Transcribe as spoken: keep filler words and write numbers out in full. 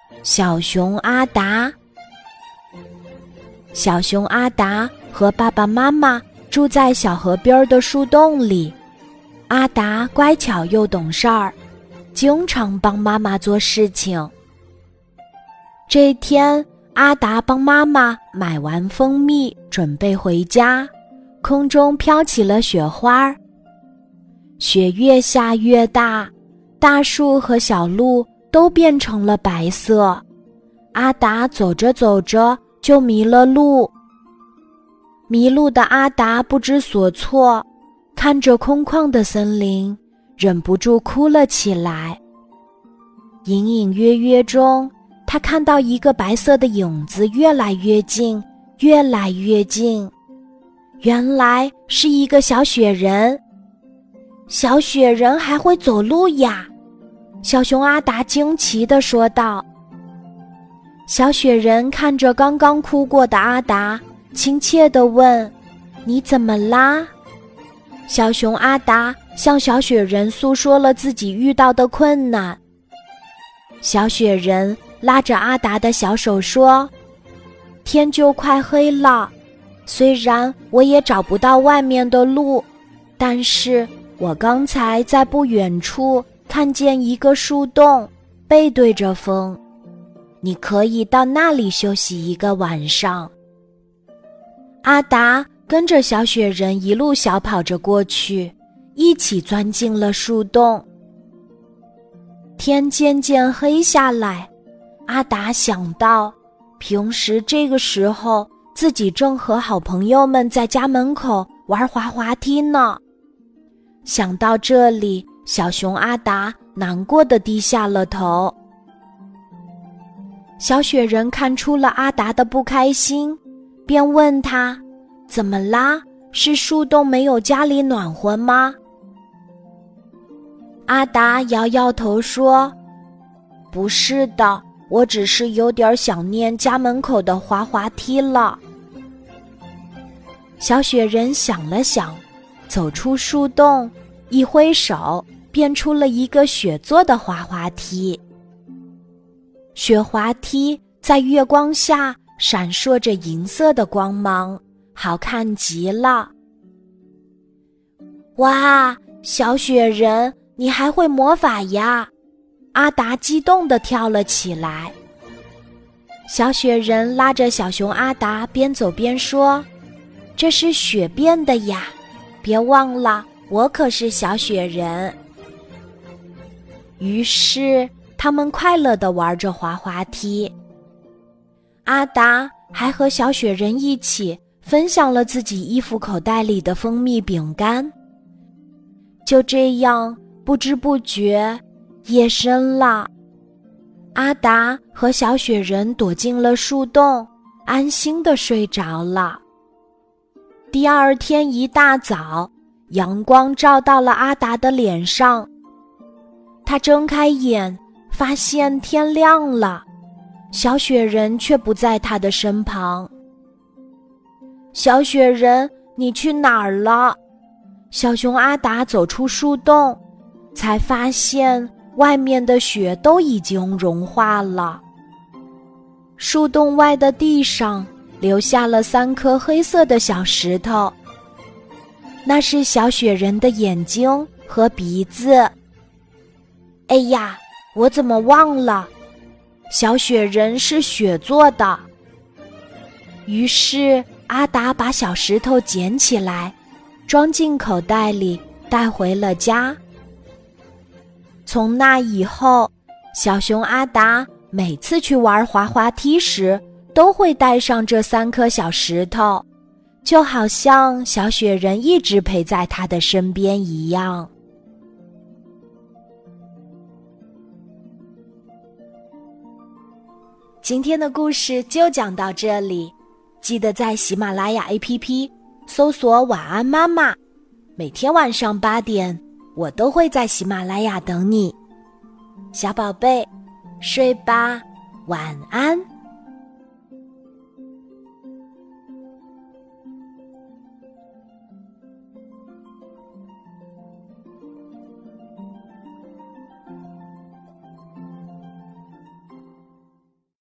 小熊阿达。小熊阿达和爸爸妈妈住在小河边的树洞里。阿达乖巧又懂事儿，经常帮妈妈做事情。这天，阿达帮妈妈买完蜂蜜，准备回家，空中飘起了雪花。雪越下越大，大树和小路都变成了白色。阿达走着走着就迷了路。迷路的阿达不知所措，看着空旷的森林，忍不住哭了起来。隐隐约约中，他看到一个白色的影子越来越近，越来越近。原来是一个小雪人。小雪人还会走路呀？小熊阿达惊奇地说道。小雪人看着刚刚哭过的阿达，亲切地问：你怎么啦？小熊阿达向小雪人诉说了自己遇到的困难。小雪人拉着阿达的小手说：天就快黑了，虽然我也找不到外面的路，但是我刚才在不远处看见一个树洞，背对着风，你可以到那里休息一个晚上。阿达跟着小雪人一路小跑着过去，一起钻进了树洞。天渐渐黑下来，阿达想到，平时这个时候自己正和好朋友们在家门口玩滑滑梯呢。想到这里，小熊阿达难过地低下了头。小雪人看出了阿达的不开心，便问他：怎么啦？是树洞没有家里暖和吗？阿达摇摇头说：不是的，我只是有点想念家门口的滑滑梯了。小雪人想了想，走出树洞，一挥手，变出了一个雪做的滑滑梯。雪滑梯在月光下闪烁着银色的光芒，好看极了。哇，小雪人，你还会魔法呀！阿达激动地跳了起来。小雪人拉着小熊阿达边走边说：这是雪变的呀，别忘了，我可是小雪人。于是他们快乐地玩着滑滑梯。阿达还和小雪人一起分享了自己衣服口袋里的蜂蜜饼干。就这样，不知不觉，夜深了。阿达和小雪人躲进了树洞，安心地睡着了。第二天一大早，阳光照到了阿达的脸上。他睁开眼，发现天亮了，小雪人却不在他的身旁。小雪人，你去哪儿了？小熊阿达走出树洞，才发现外面的雪都已经融化了。树洞外的地上留下了三颗黑色的小石头，那是小雪人的眼睛和鼻子。哎呀，我怎么忘了？小雪人是雪做的。于是阿达把小石头捡起来，装进口袋里，带回了家。从那以后，小熊阿达每次去玩滑滑梯时，都会带上这三颗小石头，就好像小雪人一直陪在他的身边一样。今天的故事就讲到这里，记得在喜马拉雅 A P P 搜索晚安妈妈，每天晚上八点，我都会在喜马拉雅等你。小宝贝，睡吧，晚安。